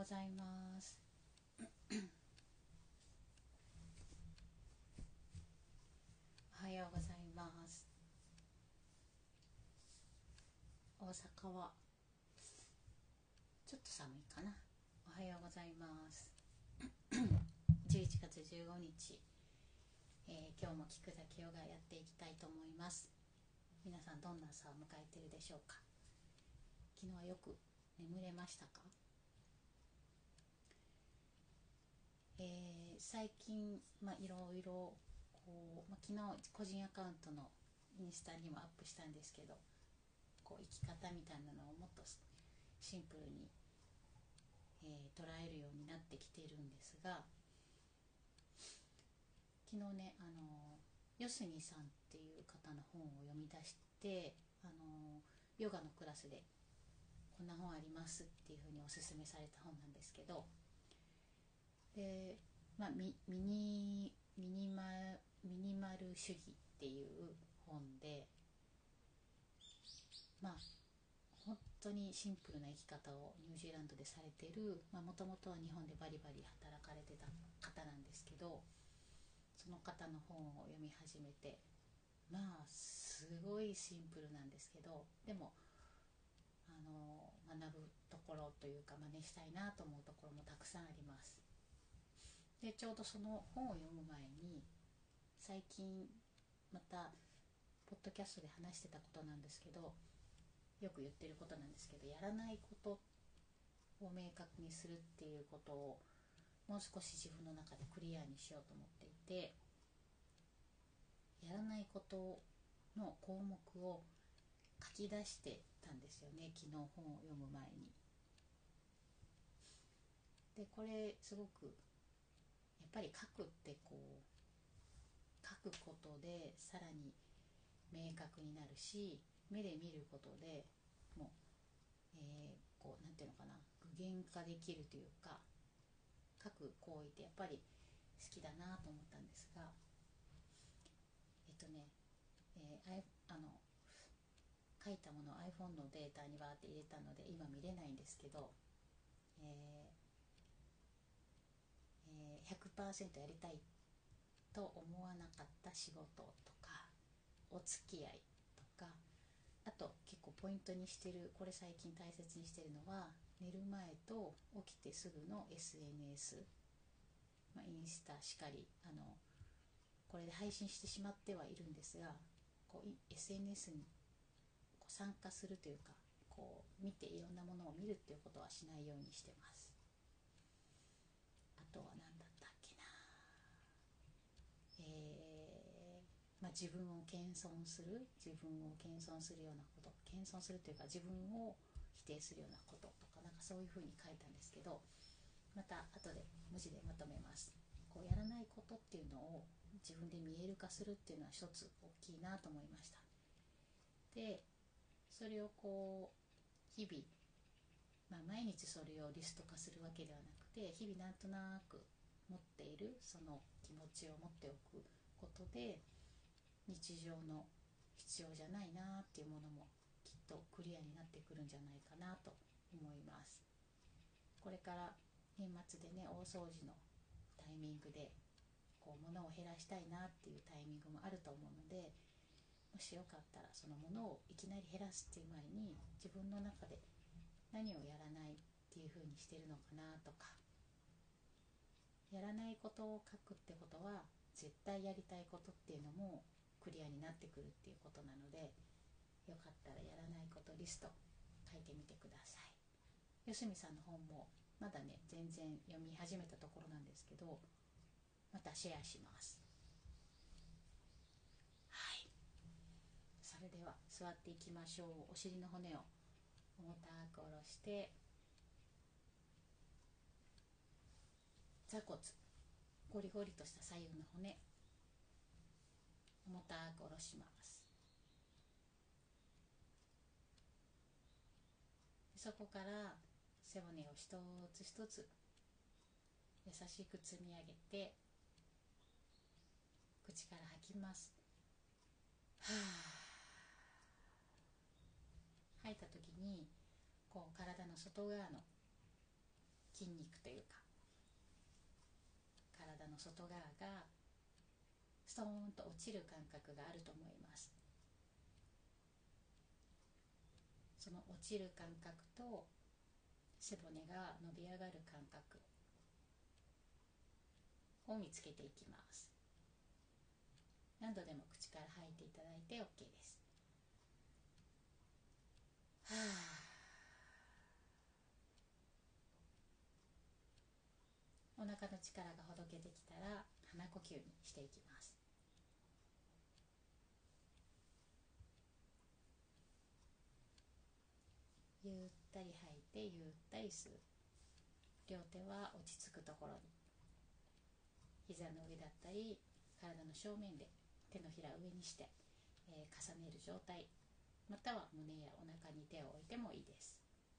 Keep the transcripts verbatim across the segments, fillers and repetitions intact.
ございます。おはようございます。大阪はちょっと寒いかな。おはようございます。じゅういちがつじゅうごにち、えー、今日も聞くだけヨガやっていきたいと思います。皆さんどんな朝を迎えているでしょうか。昨日はよく眠れましたか。えー、最近、まあ、いろいろこう、まあ、昨日個人アカウントのインスタにもアップしたんですけど、こう生き方みたいなのをもっとシンプルに、えー、捉えるようになってきているんですが、昨日ね、あのよすみさんっていう方の本を読み出して、あのヨガのクラスでこんな本ありますっていうふうにおすすめされた本なんですけど、で、まあ、ミミニミニマミニマル主義っていう本で、まあ本当にシンプルな生き方をニュージーランドでされている、もともとは日本でバリバリ働かれてた方なんですけど、その方の本を読み始めて、まあすごいシンプルなんですけど、でもあの学ぶところというか真似したいなと思うところもたくさんあります。でちょうどその本を読む前に、最近またポッドキャストで話してたことなんですけど、よく言ってることなんですけど、やらないことを明確にするっていうことをもう少し自分の中でクリアにしようと思っていて、やらないことの項目を書き出してたんですよね、昨日本を読む前に。でこれすごくやっぱり書くってこう書くことでさらに明確になるし、目で見ることでもう、えー、こうなんていうのかな、具現化できるというか、書く行為ってやっぱり好きだなと思ったんですが、えっとね、えー、あの書いたものを iPhone のデータにバーって入れたので今見れないんですけど、えーえー、ひゃくパーセント やりたいと思わなかった仕事とかお付き合いとか、あと結構ポイントにしてる、これ最近大切にしてるのは、寝る前と起きてすぐの エスエヌエス、まあ、インスタしかり、あのこれで配信してしまってはいるんですが、こう エスエヌエス にこう参加するというか、こう見ていろんなものを見るっていうことはしないようにしてます。あとは何だったっけな、えーまあ、自分を謙遜する自分を謙遜するようなこと、謙遜するというか自分を否定するようなこととか、なんかそういうふうに書いたんですけど、また後で文字でまとめます。こうやらないことっていうのを自分で見える化するっていうのは一つ大きいなと思いました。でそれをこう日々、まあ、毎日それをリスト化するわけではなくて、日々なんとなく持っているその気持ちを持っておくことで、日常の必要じゃないなっていうものもきっとクリアになってくるんじゃないかなと思います。これから年末でね、大掃除のタイミングでこう物を減らしたいなっていうタイミングもあると思うので、もしよかったらその物をいきなり減らすっていう前に、自分の中で何をやらないっていう風にしてるのかなとか、やらないことを書くってことは絶対やりたいことっていうのもクリアになってくるっていうことなので、よかったらやらないことリスト書いてみてください。よしみさんの本もまだね全然読み始めたところなんですけど、またシェアします。はい、それでは座っていきましょう。お尻の骨を重たく下ろして、座骨、ゴリゴリとした左右の骨重たく下ろします。そこから背骨を一つ一つ優しく積み上げて、口から吐きます。は吐いた時にこう体の外側の筋肉というか体の外側がストーンと落ちる感覚があると思います。その落ちる感覚と背骨が伸び上がる感覚を見つけていきます。何度でも口から吐いていただいて OK です。はあ、お腹の力がほどけてきたら鼻呼吸にしていきます。ゆったり吐いてゆったり吸う。両手は落ち着くところに、膝の上だったり体の正面で手のひら上にして、えー、重ねる状態、または胸やお腹に手を置いてもいいです。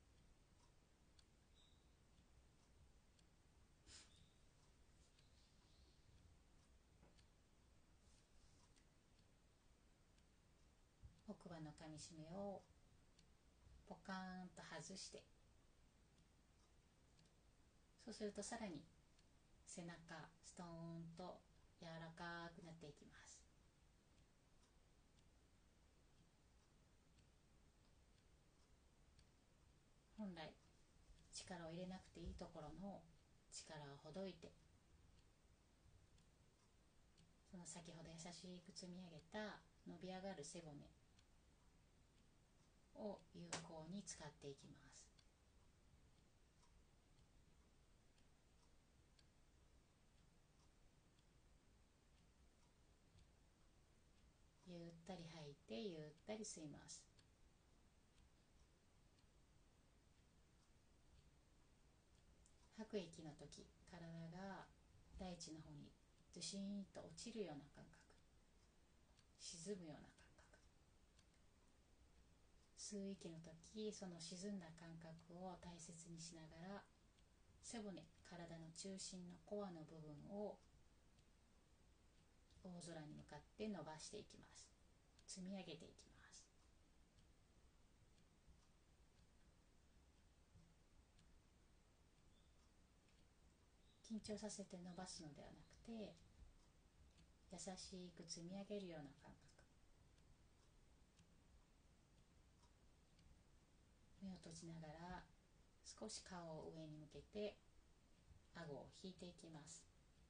奥歯の噛みしめをポカーンと外して、そうするとさらに背中ストーンと柔らかくなっていきます。本来力を入れなくていいところの力をほどいて、その先ほど優しく積み上げた伸び上がる背骨を有効に使っていきます。ゆったり吐いてゆったり吸います。吐く息の時、体が大地の方にずしーんと落ちるような感覚、沈むような感覚。吸う息の時、その沈んだ感覚を大切にしながら、背骨、体の中心のコアの部分を大空に向かって伸ばしていきます。積み上げていきます。緊張させて伸ばすのではなくて、優しく積み上げるような感覚。目を閉じながら少し顔を上に向けて顎を引いていきます。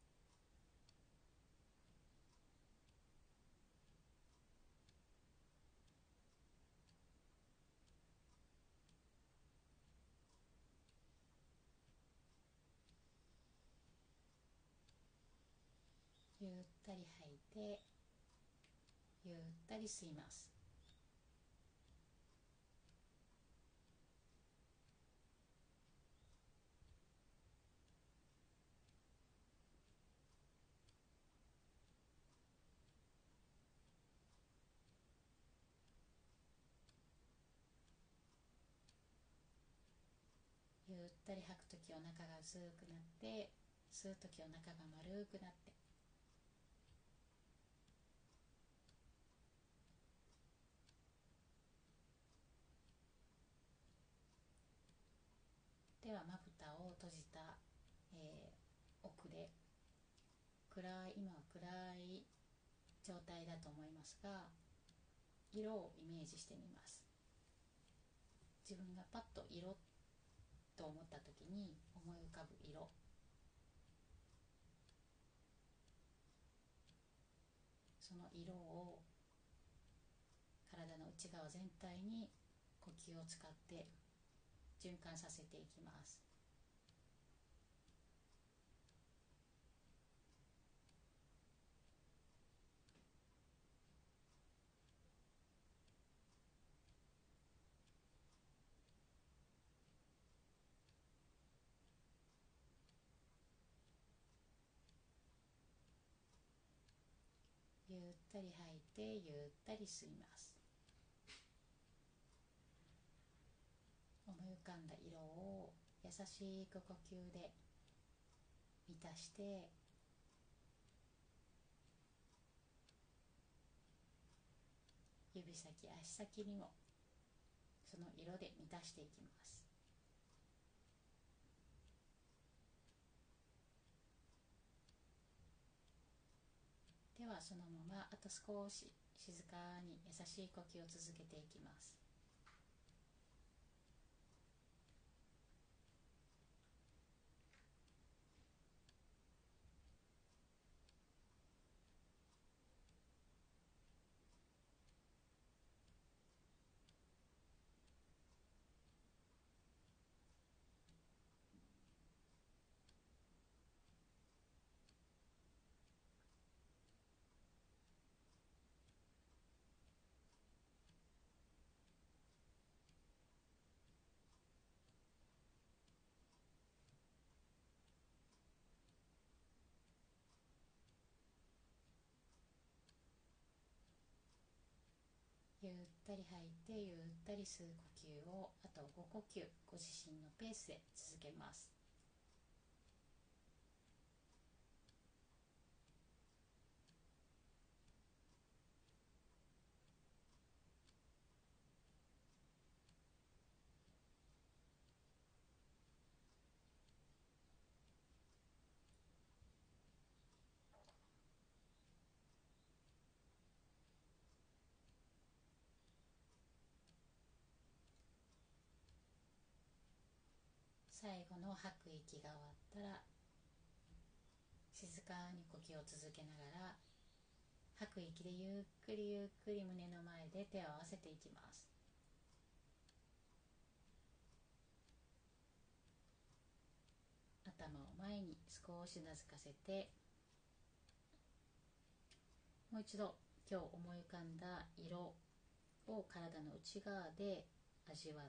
ゆったり吐いてゆったり吸います。ゆったり吐くときお腹が薄くなって、吸うときお腹が丸くなって、ではまぶたを閉じた、えー、奥で暗い、今は暗い状態だと思いますが、色をイメージしてみます。自分がパッと色と思った時に思い浮かぶ色、その色を体の内側全体に呼吸を使って循環させていきます。ゆったり吐いてゆったり吸います。思い浮かんだ色を優しく呼吸で満たして、指先足先にもその色で満たしていきます。 ではそのままあと少し静かに優しい呼吸を続けていきます。ゆったり吐いてゆったり吸う呼吸をあとご呼吸ご自身のペースで続けます。最後の吐く息が終わったら静かに呼吸を続けながら吐く息でゆっくりゆっくり胸の前で手を合わせていきます。頭を前に少しうなずかせて、もう一度今日思い浮かんだ色を体の内側で味わって、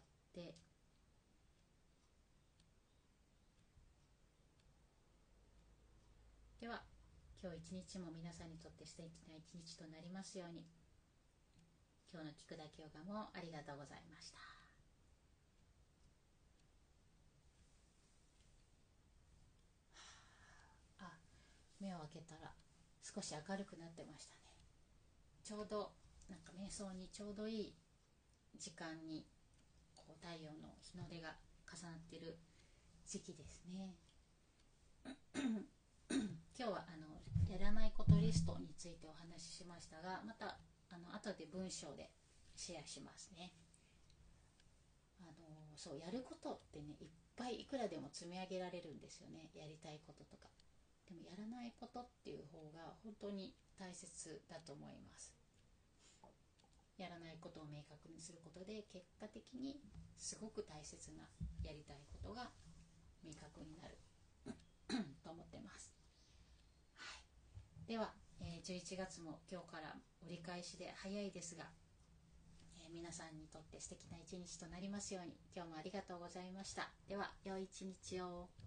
では今日一日も皆さんにとって素敵な一日となりますように。今日の聞くだけヨガもありがとうございました。あ、目を開けたら少し明るくなってましたね。ちょうどなんか瞑想にちょうどいい時間にこう太陽の日の出が重なっている時期ですね。今日はあのやらないことリストについてお話ししましたが、またあの後で文章でシェアしますね。あのそうやることってね、いっぱいいくらでも積み上げられるんですよね。やりたいこととか。でもやらないことっていう方が本当に大切だと思います。やらないことを明確にすることで結果的にすごく大切なやりたいことが明確になると思ってます。はい、では、えー、じゅういちがつも今日から折り返しで早いですが、えー、皆さんにとって素敵な一日となりますように。今日もありがとうございました。では良い一日を。